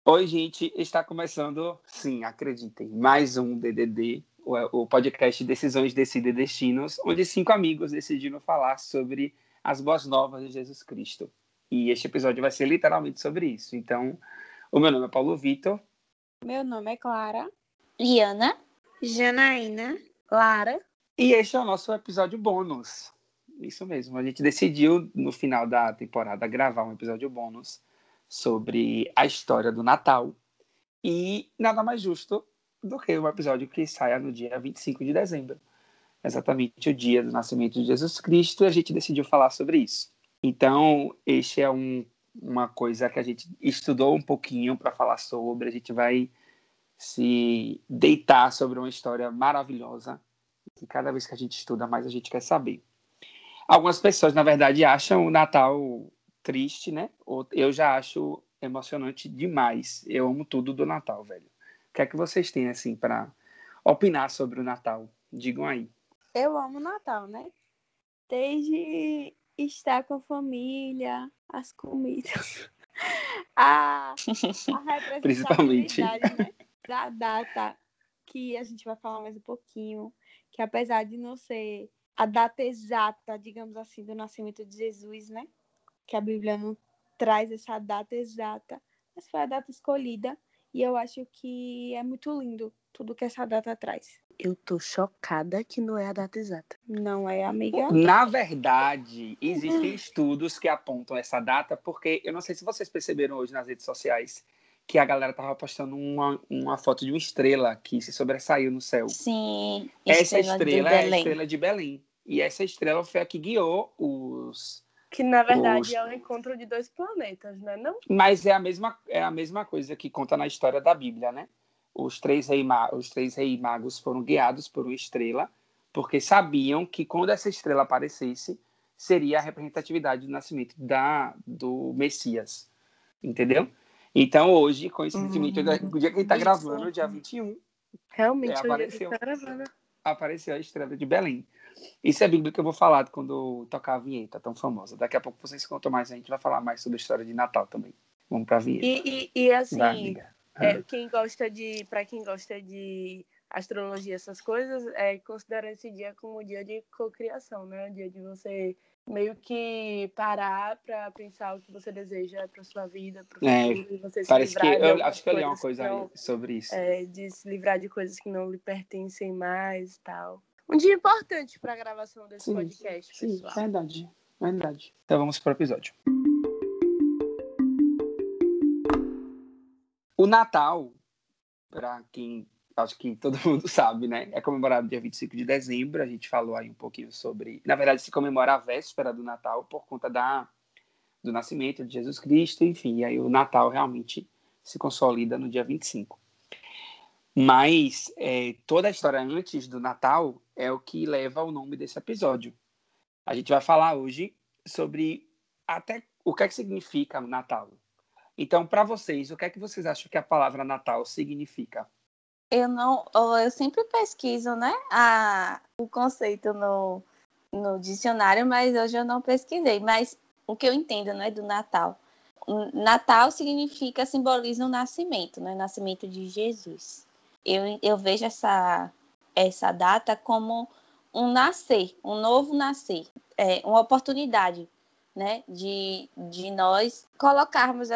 Oi, gente, está começando, sim, acreditem, mais um DDD, o podcast Decisões, Decida e Destinos, onde 5 amigos decidiram falar sobre as boas novas de Jesus Cristo. E este episódio vai ser literalmente sobre isso. Então, o meu nome é Paulo Vitor. Meu nome é Clara. Liana. Janaína. Clara. E este é o nosso episódio bônus. Isso mesmo, a gente decidiu, no final da temporada, gravar um episódio bônus sobre a história do Natal. E nada mais justo do que um episódio que saia no dia 25 de dezembro. Exatamente o dia do nascimento de Jesus Cristo, e a gente decidiu falar sobre isso. Então, este é uma coisa que a gente estudou um pouquinho para falar sobre. A gente vai se deitar sobre uma história maravilhosa, que cada vez que a gente estuda, mais a gente quer saber. Algumas pessoas, na verdade, acham o Natal triste, né? Eu já acho emocionante demais. Eu amo tudo do Natal, velho. O que é que vocês têm, assim, para opinar sobre o Natal? Digam aí. Eu amo o Natal, né? Desde estar com a família, as comidas, a representatividade, né? Da data, que a gente vai falar mais um pouquinho, que apesar de não ser a data exata, digamos assim, do nascimento de Jesus, né? Que a Bíblia não traz essa data exata, mas foi a data escolhida, e eu acho que é muito lindo tudo que essa data traz. Eu tô chocada que não é a data exata. Não é, amiga? Na verdade, existem estudos que apontam essa data, porque eu não sei se vocês perceberam hoje nas redes sociais que a galera tava postando uma foto de uma estrela que se sobressaiu no céu. Sim, Essa estrela é a estrela de Belém. E essa estrela foi a que guiou os... Que, na verdade, é o encontro de 2 planetas, né? Não? Mas é a mesma coisa que conta na história da Bíblia, né? Os três reis magos foram guiados por uma estrela, porque sabiam que quando essa estrela aparecesse, seria a representatividade do nascimento do Messias. Entendeu? Então, hoje, coincidentemente, o dia que a gente está gravando, dia 21, Realmente, hoje a gente tá gravando. Apareceu a estrela de Belém. Isso é bíblico que eu vou falar quando tocar a vinheta tão famosa. Daqui a pouco vocês contam mais, a gente vai falar mais sobre a história de Natal também. Vamos pra vinheta. E assim, Vai, pra quem gosta de astrologia, essas coisas, considera esse dia como um dia de cocriação, né? Um dia de você meio que parar pra pensar o que você deseja pra sua vida, pro futuro, e você se parece livrar que de eu acho que eu li uma coisas coisa não, sobre isso. de se livrar de coisas que não lhe pertencem mais e tal. Um dia importante para a gravação desse podcast, pessoal. Sim, verdade. Então vamos para o episódio. O Natal, para quem acho que todo mundo sabe, né? É comemorado dia 25 de dezembro. A gente falou aí um pouquinho sobre... Na verdade, se comemora a véspera do Natal por conta do nascimento de Jesus Cristo. Enfim, e aí o Natal realmente se consolida no dia 25. Mas toda a história antes do Natal é o que leva ao nome desse episódio. A gente vai falar hoje sobre até o que é que significa Natal. Então, para vocês, o que é que vocês acham que a palavra Natal significa? Eu sempre pesquiso, né, o conceito no dicionário, mas hoje eu não pesquisei. Mas o que eu entendo, né, do Natal. Natal simboliza o nascimento, né, o nascimento de Jesus. Eu vejo essa data como um nascer, um novo nascer, uma oportunidade, né, de nós colocarmos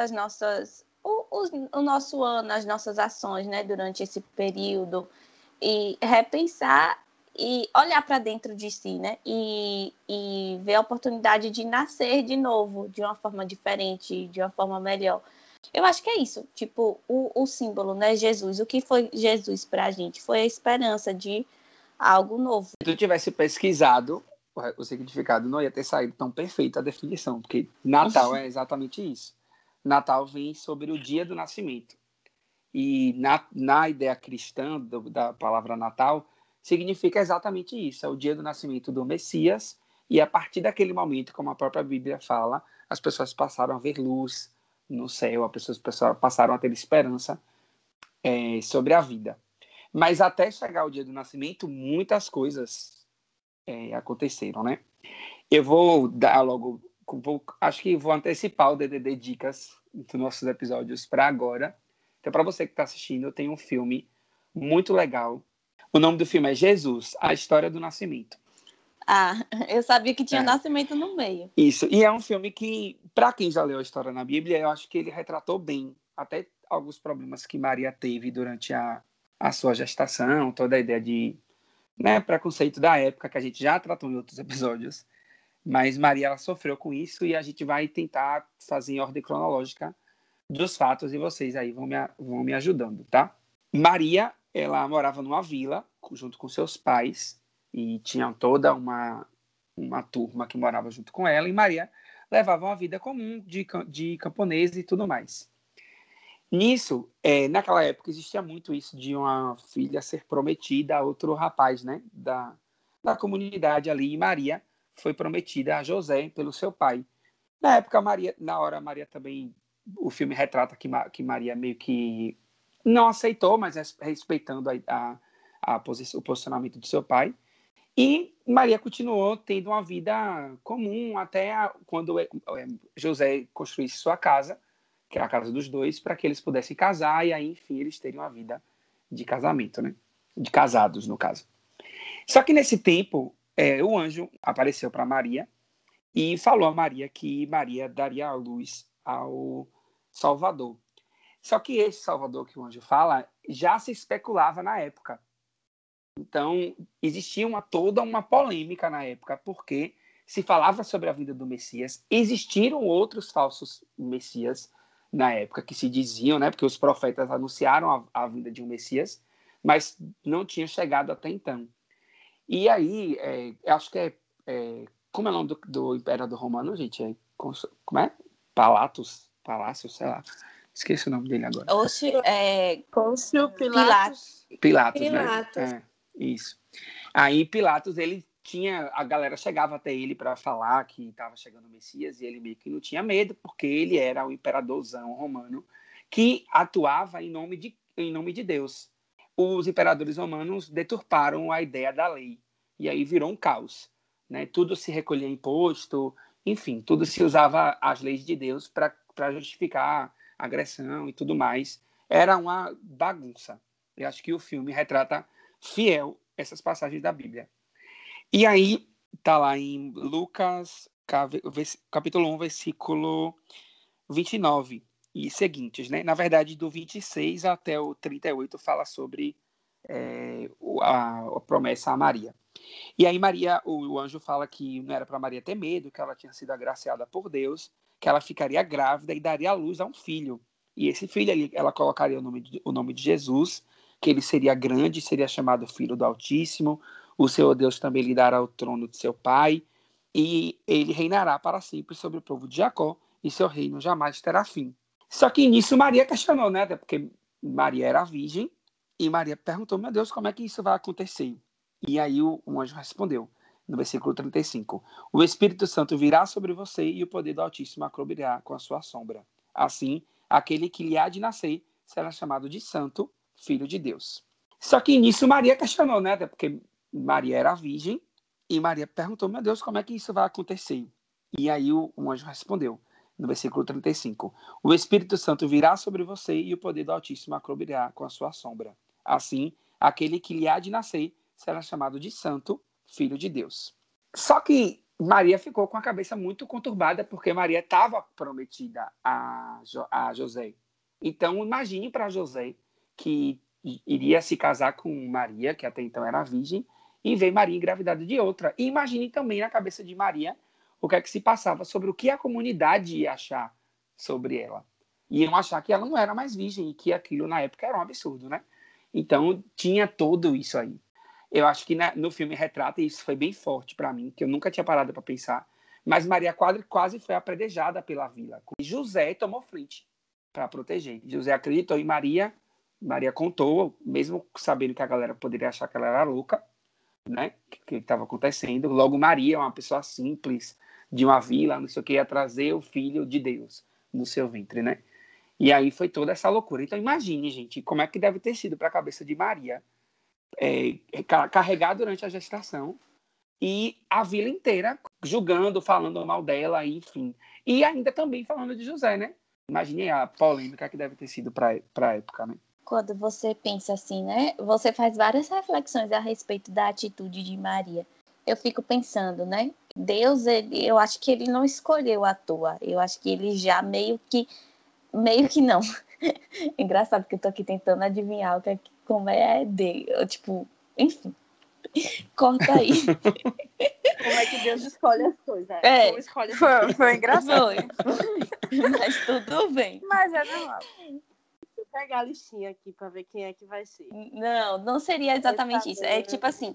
o nosso ano, as nossas ações, né, durante esse período, e repensar e olhar para dentro de si, né, e ver a oportunidade de nascer de novo, de uma forma diferente, de uma forma melhor. Eu acho que é isso, tipo, o símbolo, né, Jesus. O que foi Jesus para a gente? Foi a esperança de algo novo. Se tu tivesse pesquisado o significado, não ia ter saído tão perfeita a definição, porque Natal é exatamente isso. Natal vem sobre o dia do nascimento. E na ideia cristã da palavra Natal, significa exatamente isso. É o dia do nascimento do Messias, e a partir daquele momento, como a própria Bíblia fala, as pessoas passaram a ver luz no céu, as pessoas passaram a ter esperança sobre a vida. Mas até chegar o dia do nascimento, muitas coisas aconteceram, né? Eu vou dar acho que vou antecipar o DDD Dicas dos nossos episódios para agora, Então, para você que está assistindo, eu tenho um filme muito legal. O nome do filme é Jesus, a História do Nascimento. Ah, eu sabia que tinha É. nascimento no meio. Isso, e é um filme que, para quem já leu a história na Bíblia, eu acho que ele retratou bem até alguns problemas que Maria teve durante a sua gestação, toda a ideia de, né, preconceito da época, que a gente já tratou em outros episódios. Mas Maria, ela sofreu com isso e a gente vai tentar fazer em ordem cronológica dos fatos e vocês aí vão me ajudando, tá? Maria, ela morava numa vila junto com seus pais e tinha toda uma turma que morava junto com ela, e Maria levava uma vida comum de camponesa e tudo mais. Nisso, naquela época existia muito isso de uma filha ser prometida a outro rapaz, né, da comunidade ali, e Maria foi prometida a José pelo seu pai. Na época, Maria também, o filme retrata que Maria meio que não aceitou, mas respeitando o posicionamento do seu pai. E Maria continuou tendo uma vida comum até quando José construísse sua casa, que é a casa dos dois, para que eles pudessem casar e aí, enfim, eles terem uma vida de casamento, né? De casados, no caso. Só que nesse tempo, o anjo apareceu para Maria e falou a Maria que Maria daria a luz ao Salvador. Só que esse Salvador que o anjo fala já se especulava na época. Então, existia toda uma polêmica na época, porque se falava sobre a vida do Messias. Existiram outros falsos Messias na época que se diziam, né? Porque os profetas anunciaram a vinda de um Messias, mas não tinha chegado até então. E aí, acho que como é o nome do imperador romano, gente? Como é? Palácio, sei lá. Esqueci o nome dele agora. Oxe, Pôncio Pilatos. Pilatos, né? Isso. Aí Pilatos, ele tinha, a galera chegava até ele para falar que estava chegando o Messias e ele meio que não tinha medo, porque ele era o imperadorzão romano que atuava em nome de Deus. Os imperadores romanos deturparam a ideia da lei e aí virou um caos, né? Tudo se recolhia imposto, enfim, tudo se usava as leis de Deus para justificar agressão e tudo mais. Era uma bagunça. Eu acho que o filme retrata fiel essas passagens da Bíblia. E aí, tá lá em Lucas, capítulo 1, versículo 29 e seguintes, né? Na verdade, do 26 até o 38 fala sobre a promessa a Maria. E aí o anjo fala que não era para Maria ter medo, que ela tinha sido agraciada por Deus, que ela ficaria grávida e daria à luz a um filho. E esse filho ali, ela colocaria o nome de Jesus, que ele seria grande, seria chamado Filho do Altíssimo. O Senhor Deus também lhe dará o trono de seu pai, e ele reinará para sempre sobre o povo de Jacó, e seu reino jamais terá fim. Só que nisso Maria questionou, né? Até porque Maria era virgem, e Maria perguntou, meu Deus, como é que isso vai acontecer? E aí o anjo respondeu, no versículo 35, o Espírito Santo virá sobre você e o poder do Altíssimo a cobrirá com a sua sombra. Assim, aquele que lhe há de nascer será chamado de Santo, Filho de Deus. Só que nisso Maria questionou, né? Até porque Maria era virgem, e Maria perguntou, meu Deus, como é que isso vai acontecer? E aí o anjo respondeu, no versículo 35, o Espírito Santo virá sobre você e o poder do Altíssimo a cobrirá com a sua sombra. Assim, aquele que lhe há de nascer será chamado de Santo, Filho de Deus. Só que Maria ficou com a cabeça muito conturbada, porque Maria estava prometida a José. Então, imagine para José, que iria se casar com Maria, que até então era virgem, e ver Maria engravidada de outra. E imagine também na cabeça de Maria o que é que se passava sobre o que a comunidade ia achar sobre ela. Iam achar que ela não era mais virgem e que aquilo na época era um absurdo, né? Então, tinha tudo isso aí. Eu acho que no filme retrata, e isso foi bem forte para mim, que eu nunca tinha parado para pensar, mas Maria quase foi apredejada pela vila. E José tomou frente para proteger. José acreditou em Maria, Maria contou, mesmo sabendo que a galera poderia achar que ela era louca, né? Que estava acontecendo. Logo, Maria, uma pessoa simples, de uma vila, não sei o que, ia trazer o filho de Deus no seu ventre, né? E aí foi toda essa loucura. Então, imagine, gente, como é que deve ter sido para a cabeça de Maria carregar durante a gestação e a vila inteira julgando, falando mal dela, enfim. E ainda também falando de José, né? Imagine a polêmica que deve ter sido para a época, né? Quando você pensa assim, né? Você faz várias reflexões a respeito da atitude de Maria. Eu fico pensando, né? Deus, eu acho que ele não escolheu à toa. Eu acho que ele já meio que não. Engraçado que eu tô aqui tentando adivinhar como é dele. Tipo, enfim, corta aí. Como é que Deus escolhe as coisas? É, Como escolhe Foi engraçado. foi. Mas tudo bem. Mas é normal. Deixa eu pegar a listinha aqui para ver quem é que vai ser. Não seria exatamente isso. É tipo assim,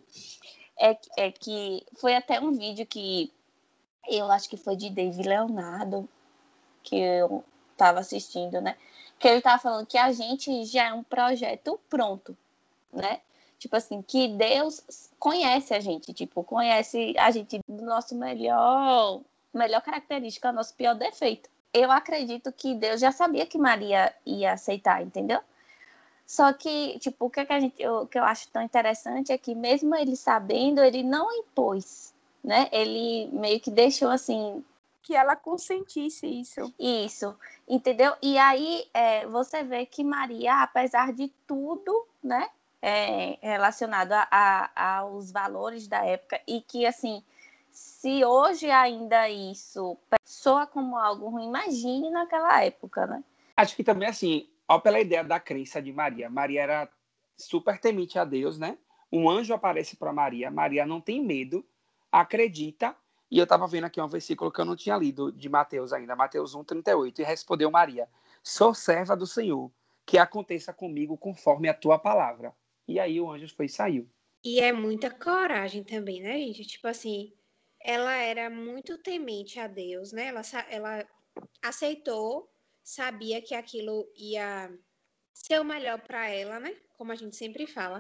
é que foi até um vídeo que eu acho que foi de David Leonardo, que eu tava assistindo, né? Que ele tava falando que a gente já é um projeto pronto, né? Tipo assim, que Deus conhece a gente, tipo, conhece a gente do nosso melhor característica, nosso pior defeito. Eu acredito que Deus já sabia que Maria ia aceitar, entendeu? Só que, tipo, o que eu acho tão interessante é que mesmo ele sabendo, ele não impôs, né? Ele meio que deixou assim, Que ela consentisse isso. isso, entendeu? E aí você vê que Maria, apesar de tudo, né, relacionado aos valores da época, e que, assim, se hoje ainda isso soa como algo ruim, imagine naquela época, né? Acho que também, assim, ó, pela ideia da crença de Maria. Maria era super temente a Deus, né? Um anjo aparece para Maria. Maria não tem medo, acredita. E eu estava vendo aqui um versículo que eu não tinha lido de Mateus ainda, Mateus 1:38. E respondeu Maria: Sou serva do Senhor, que aconteça comigo conforme a tua palavra. E aí o anjo foi e saiu. E é muita coragem também, né, gente? Tipo assim, ela era muito temente a Deus, né? Ela aceitou, sabia que aquilo ia ser o melhor para ela, né? Como a gente sempre fala.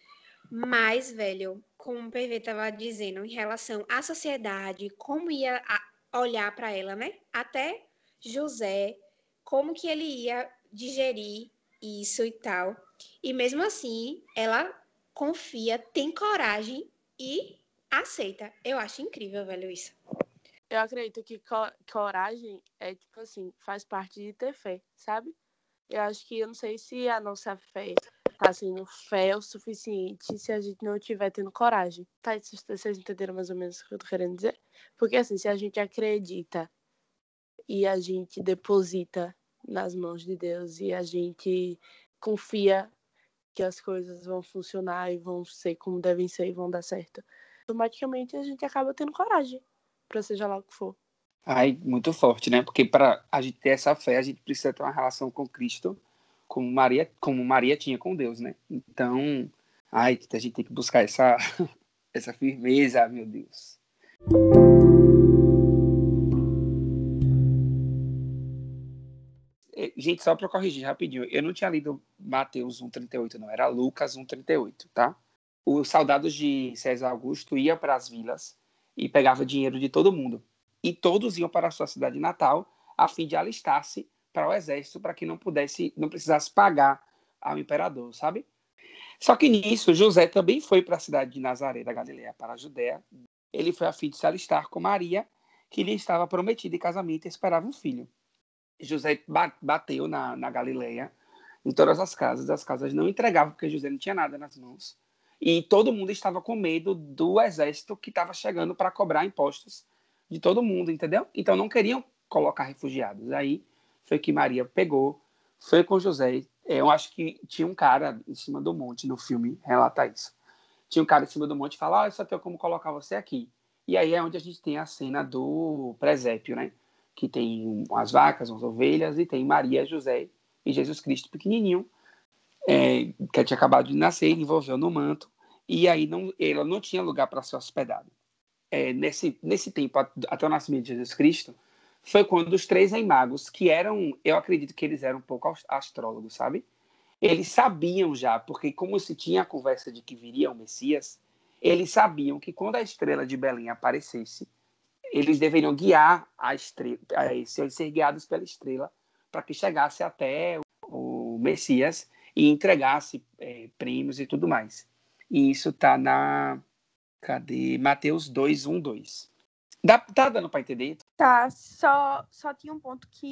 Mas, velho, como o PV estava dizendo, em relação à sociedade, como ia olhar para ela, né? Até José, como que ele ia digerir isso e tal. E mesmo assim, ela confia, tem coragem e aceita. Eu acho incrível, velho, isso. Eu acredito que coragem é, tipo assim, faz parte de ter fé, sabe? Eu acho que eu não sei se a nossa fé tá sendo fé o suficiente se a gente não estiver tendo coragem. Tá? Vocês entenderam mais ou menos o que eu tô querendo dizer? Porque assim, se a gente acredita e a gente deposita nas mãos de Deus e a gente confia que as coisas vão funcionar e vão ser como devem ser e vão dar certo, automaticamente a gente acaba tendo coragem para seja lá o que for. Ai, muito forte, né? Porque para a gente ter essa fé, a gente precisa ter uma relação com Cristo, como Maria tinha com Deus, né? Então, ai, a gente tem que buscar essa firmeza, meu Deus. Gente, só para corrigir rapidinho, eu não tinha lido Mateus 1:38, não, era Lucas 1:38, tá? Os soldados de César Augusto iam para as vilas e pegavam dinheiro de todo mundo. E todos iam para a sua cidade natal a fim de alistar-se para o exército, para que não precisasse pagar ao imperador, sabe? Só que nisso, José também foi para a cidade de Nazaré, da Galileia, para a Judéia. Ele foi a fim de se alistar com Maria, que lhe estava prometida em casamento e esperava um filho. José bateu na Galileia, em todas as casas não entregavam, porque José não tinha nada nas mãos. E todo mundo estava com medo do exército que estava chegando para cobrar impostos de todo mundo, entendeu? Então não queriam colocar refugiados. Aí foi que Maria pegou, foi com José. Eu acho que tinha um cara em cima do monte, no filme relata isso. Tinha um cara em cima do monte e fala: só tenho como colocar você aqui. E aí é onde a gente tem a cena do presépio, né? Que tem umas vacas, umas ovelhas, e tem Maria, José e Jesus Cristo pequenininho, que tinha acabado de nascer, envolveu no manto, e aí ela não tinha lugar para ser hospedada. Nesse tempo, até o nascimento de Jesus Cristo, foi quando os três magos, que eram, eu acredito que eles eram um pouco astrólogos, sabe? Eles sabiam já, porque como se tinha a conversa de que viria o Messias, eles sabiam que quando a estrela de Belém aparecesse, eles deveriam guiar a estrela, ser guiados pela estrela, para que chegasse até o Messias e entregasse prêmios e tudo mais. E isso está cadê? Mateus 2:1-2. Tá dando para entender? Tá, só tinha um ponto que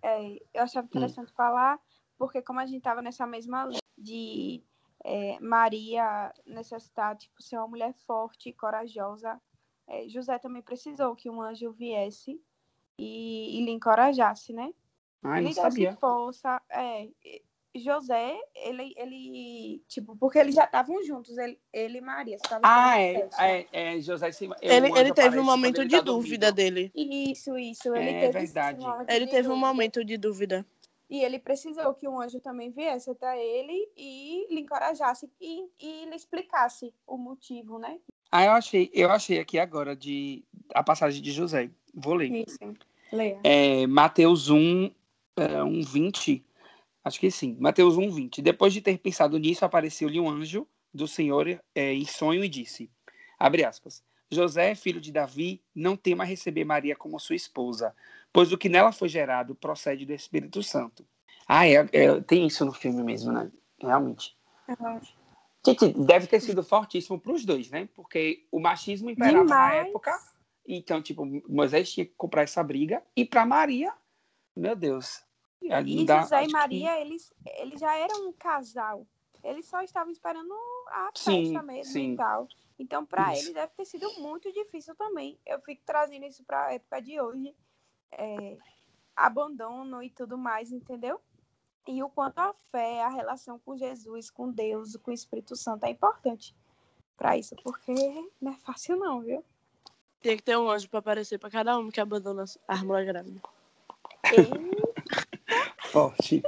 eu achava interessante falar, porque como a gente estava nessa mesma linha de Maria necessitar, tipo, ser uma mulher forte e corajosa, José também precisou que um anjo viesse e lhe encorajasse, né? Ah, eu não Lhe desse sabia. força. José, ele, tipo, porque eles já estavam juntos, ele e Maria, você estava esperando Ah, a festa. José, Ele, um anjo ele teve um aparece quando momento ele de tá dúvida dormindo. dele. Isso, ele É teve esse verdade. momento Ele de teve um dúvida. momento de dúvida. E ele precisou que um anjo também viesse até ele e lhe encorajasse e lhe explicasse o motivo, né? Ah, eu achei aqui agora a passagem de José. Vou ler. Isso, leia. Mateus 1:20. Acho que sim. Mateus 1:20. Depois de ter pensado nisso, apareceu-lhe um anjo do Senhor em sonho e disse, abre aspas, José, filho de Davi, não tema receber Maria como sua esposa, pois o que nela foi gerado procede do Espírito Santo. Ah, tem isso no filme mesmo, né? Realmente. Gente, deve ter sido fortíssimo para os dois, né? Porque o machismo imperava na época. Então, tipo, Moisés tinha que comprar essa briga. E para Maria, meu Deus. E José e Maria, eles já eram um casal. Eles só estavam esperando a festa mesmo e tal. Então, para eles deve ter sido muito difícil também. Eu fico trazendo isso para a época de hoje. Abandono e tudo mais, entendeu? E o quanto a fé, a relação com Jesus, com Deus, com o Espírito Santo é importante para isso, porque não é fácil não, viu? Tem que ter um anjo para aparecer para cada homem que abandona a mulher grávida. Forte.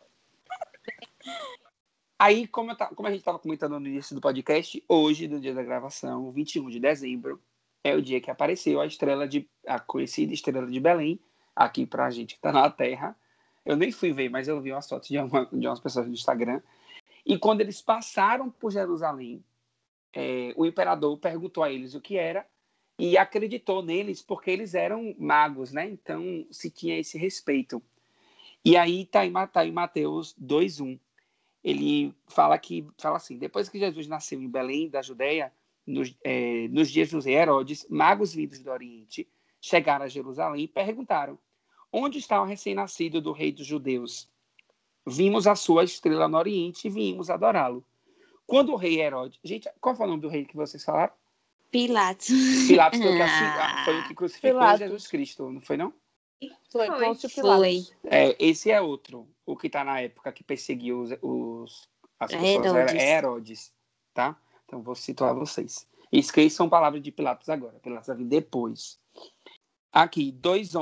Aí, como a gente estava comentando no início do podcast, hoje, no dia da gravação, 21 de dezembro, é o dia que apareceu a conhecida estrela de Belém, aqui pra gente que está na Terra. Eu nem fui ver, mas eu vi umas fotos de umas pessoas no Instagram. E quando eles passaram por Jerusalém, o imperador perguntou a eles o que era e acreditou neles porque eles eram magos, né? Então se tinha esse respeito. E aí tá em Mateus 2:1. Ele fala assim: depois que Jesus nasceu em Belém, da Judéia, nos dias do rei Herodes, magos vindos do Oriente chegaram a Jerusalém e perguntaram: onde está o recém-nascido do rei dos judeus? Vimos a sua estrela no Oriente e viemos adorá-lo. Quando o rei Herodes... Gente, qual foi o nome do rei que vocês falaram? Pilatos. Pilatos foi o que crucificou Pilatos. Jesus Cristo, não foi não? Foi. Pôncio Foi. Pilatos. Esse é outro. O que está na época que perseguiu as pessoas Herodes. é Herodes, tá? Então vou situar vocês. Esqueçam palavras de Pilatos agora. Pilatos vai vir depois. Aqui,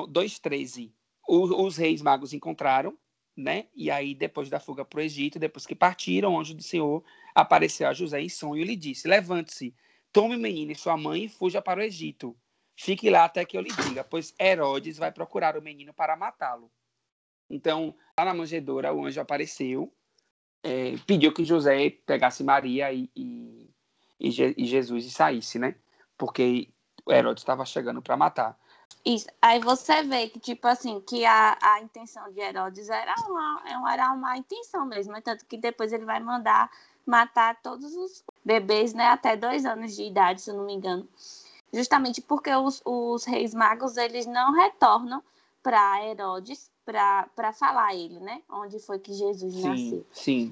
2:13. Os reis magos encontraram, né? E aí, depois da fuga para o Egito, depois que partiram, o anjo do Senhor apareceu a José em sonho e lhe disse: levante-se, tome o menino e sua mãe e fuja para o Egito. Fique lá até que eu lhe diga, pois Herodes vai procurar o menino para matá-lo. Então, lá na manjedoura, o anjo apareceu, pediu que José pegasse Maria e Jesus e saísse, né? Porque Herodes estava chegando para matar. Isso. Aí você vê que, tipo assim, que a intenção de Herodes era uma intenção mesmo. É tanto que depois ele vai mandar matar todos os bebês, né? Até 2 anos de idade, se eu não me engano. Justamente porque os reis magos, eles não retornam para Herodes para falar a ele, né? Onde foi que Jesus nasceu. Sim.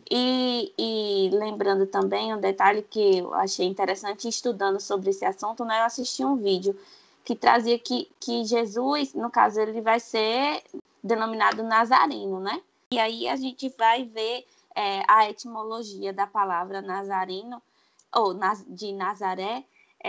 E lembrando também um detalhe que eu achei interessante estudando sobre esse assunto, né? Eu assisti um vídeo que trazia que Jesus, no caso, ele vai ser denominado Nazareno, né? E aí a gente vai ver a etimologia da palavra Nazareno, ou de Nazaré,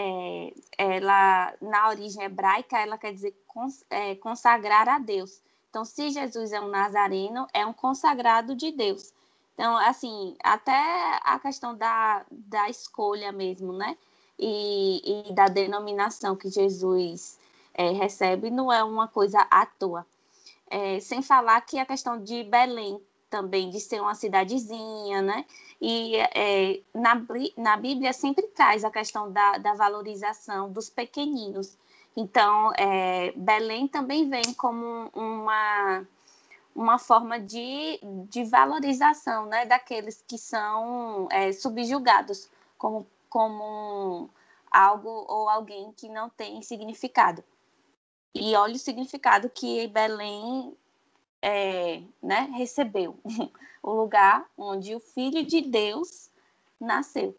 ela, na origem hebraica, ela quer dizer consagrar a Deus. Então, se Jesus é um nazareno, é um consagrado de Deus. Então, assim, até a questão da escolha mesmo, né? E da denominação que Jesus recebe não é uma coisa à toa. Sem falar que a questão de Belém também, de ser uma cidadezinha, né? E na Bíblia sempre traz a questão da valorização dos pequeninos. Então, Belém também vem como uma forma de valorização, né, daqueles que são subjugados como algo ou alguém que não tem significado. E olha o significado que Belém né, recebeu, o lugar onde o Filho de Deus nasceu.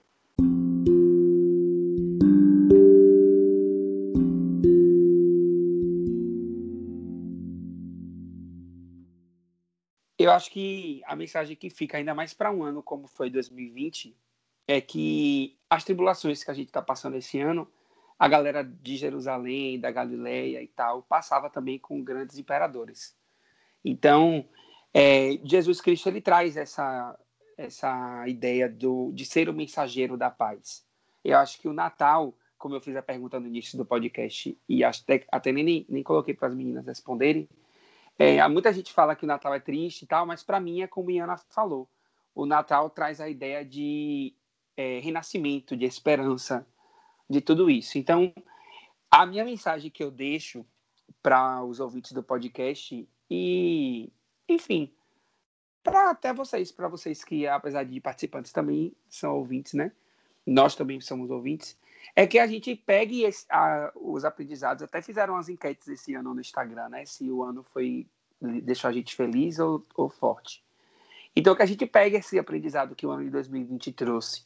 Eu acho que a mensagem que fica ainda mais para um ano como foi 2020 é que as tribulações que a gente está passando esse ano, a galera de Jerusalém, da Galileia e tal, passava também com grandes imperadores. Então, Jesus Cristo ele traz essa ideia de ser o mensageiro da paz. Eu acho que o Natal, como eu fiz a pergunta no início do podcast e até nem coloquei para as meninas responderem, muita gente fala que o Natal é triste e tal, mas para mim é como a Iana falou. O Natal traz a ideia de renascimento, de esperança, de tudo isso. Então, a minha mensagem que eu deixo para os ouvintes do podcast e, enfim, para vocês que, apesar de participantes, também são ouvintes, né? Nós também somos ouvintes, é que a gente pegue os aprendizados. Até fizeram umas enquetes esse ano no Instagram, né? Se o ano deixou a gente feliz ou forte. Então, que a gente pegue esse aprendizado que o ano de 2020 trouxe,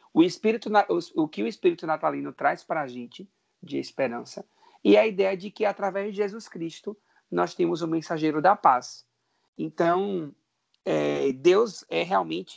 o que o Espírito Natalino traz para a gente de esperança, e a ideia de que, através de Jesus Cristo, nós temos o mensageiro da paz. Então, Deus é realmente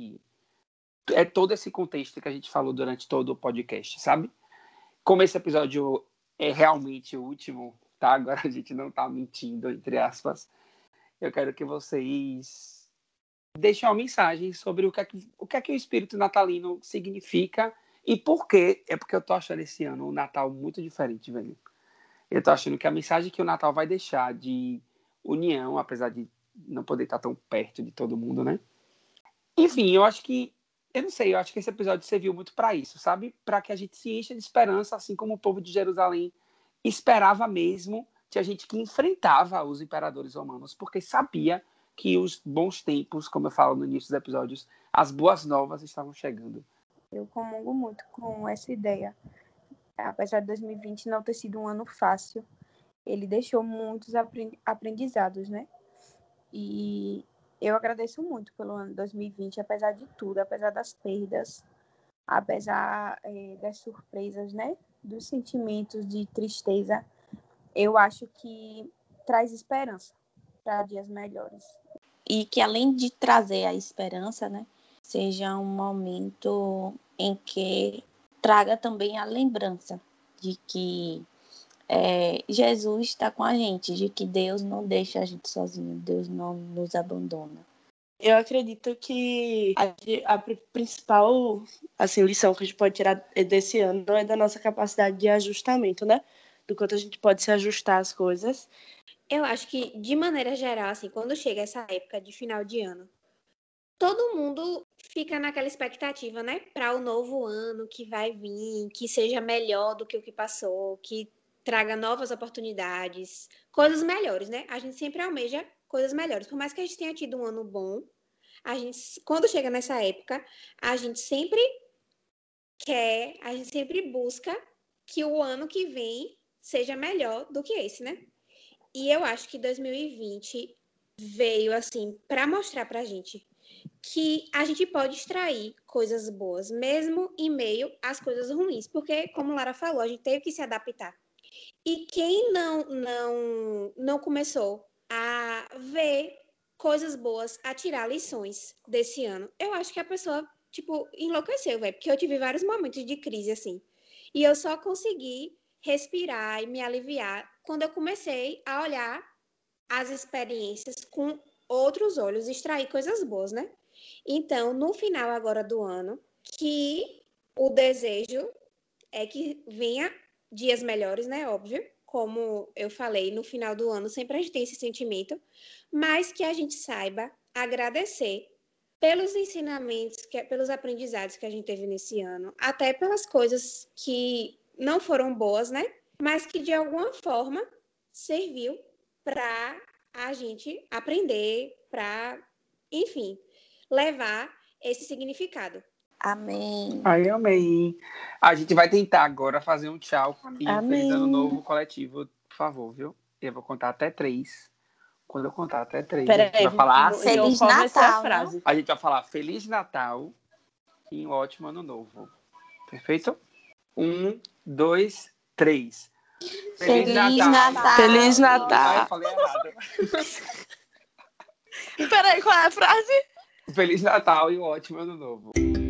todo esse contexto que a gente falou durante todo o podcast, sabe? Como esse episódio é realmente o último, tá? Agora a gente não tá mentindo, entre aspas. Eu quero que vocês deixem uma mensagem sobre o que é que o Espírito Natalino significa e por quê. É porque eu tô achando esse ano o Natal muito diferente, velho. Eu tô achando que a mensagem que o Natal vai deixar de união, apesar de não poder estar tão perto de todo mundo, né? Enfim, eu acho que esse episódio serviu muito para isso, sabe? Para que a gente se encha de esperança, assim como o povo de Jerusalém esperava mesmo. Tinha gente que enfrentava os imperadores romanos, porque sabia que os bons tempos, como eu falo no início dos episódios, as boas novas estavam chegando. Eu comungo muito com essa ideia. Apesar de 2020 não ter sido um ano fácil, ele deixou muitos aprendizados, né? E eu agradeço muito pelo ano 2020, apesar de tudo, apesar das perdas, apesar das surpresas, né? Dos sentimentos de tristeza. Eu acho que traz esperança para dias melhores. E que, além de trazer a esperança, né, seja um momento em que traga também a lembrança de que Jesus está com a gente, de que Deus não deixa a gente sozinho, Deus não nos abandona. Eu acredito que a principal lição que a gente pode tirar desse ano é da nossa capacidade de ajustamento, né? Do quanto a gente pode se ajustar às coisas. Eu acho que, de maneira geral, assim, quando chega essa época de final de ano, todo mundo fica naquela expectativa, né? Para o novo ano que vai vir, que seja melhor do que o que passou, que traga novas oportunidades, coisas melhores, né? A gente sempre almeja coisas melhores. Por mais que a gente tenha tido um ano bom, quando chega nessa época, a gente sempre busca que o ano que vem seja melhor do que esse, né? E eu acho que 2020 veio, assim, para mostrar pra gente que a gente pode extrair coisas boas, mesmo em meio às coisas ruins. Porque, como Lara falou, a gente teve que se adaptar. E quem não começou a ver coisas boas, a tirar lições desse ano, eu acho que a pessoa, tipo, enlouqueceu, velho. Porque eu tive vários momentos de crise, assim. E eu só consegui respirar e me aliviar quando eu comecei a olhar as experiências com outros olhos, extrair coisas boas, né? Então, no final agora do ano, que o desejo é que venha dias melhores, né? Óbvio. Como eu falei, no final do ano sempre a gente tem esse sentimento, mas que a gente saiba agradecer pelos ensinamentos, pelos aprendizados que a gente teve nesse ano, até pelas coisas que não foram boas, né? Mas que de alguma forma serviu para a gente aprender, para, enfim, levar esse significado. Amém. Ai, amei. A gente vai tentar agora fazer um tchau e um feliz ano Amém. novo coletivo, por favor, viu? Eu vou contar até 3. Quando eu contar até 3, a Pera gente aí, vai falar então assim. Feliz qual vai ser a Natal, frase? A gente vai falar Feliz Natal e um ótimo ano novo. Perfeito? 1, 2, 3. Feliz Natal. Feliz Ai, Natal. eu falei errado. Peraí, qual é a frase? Feliz Natal e um ótimo ano novo.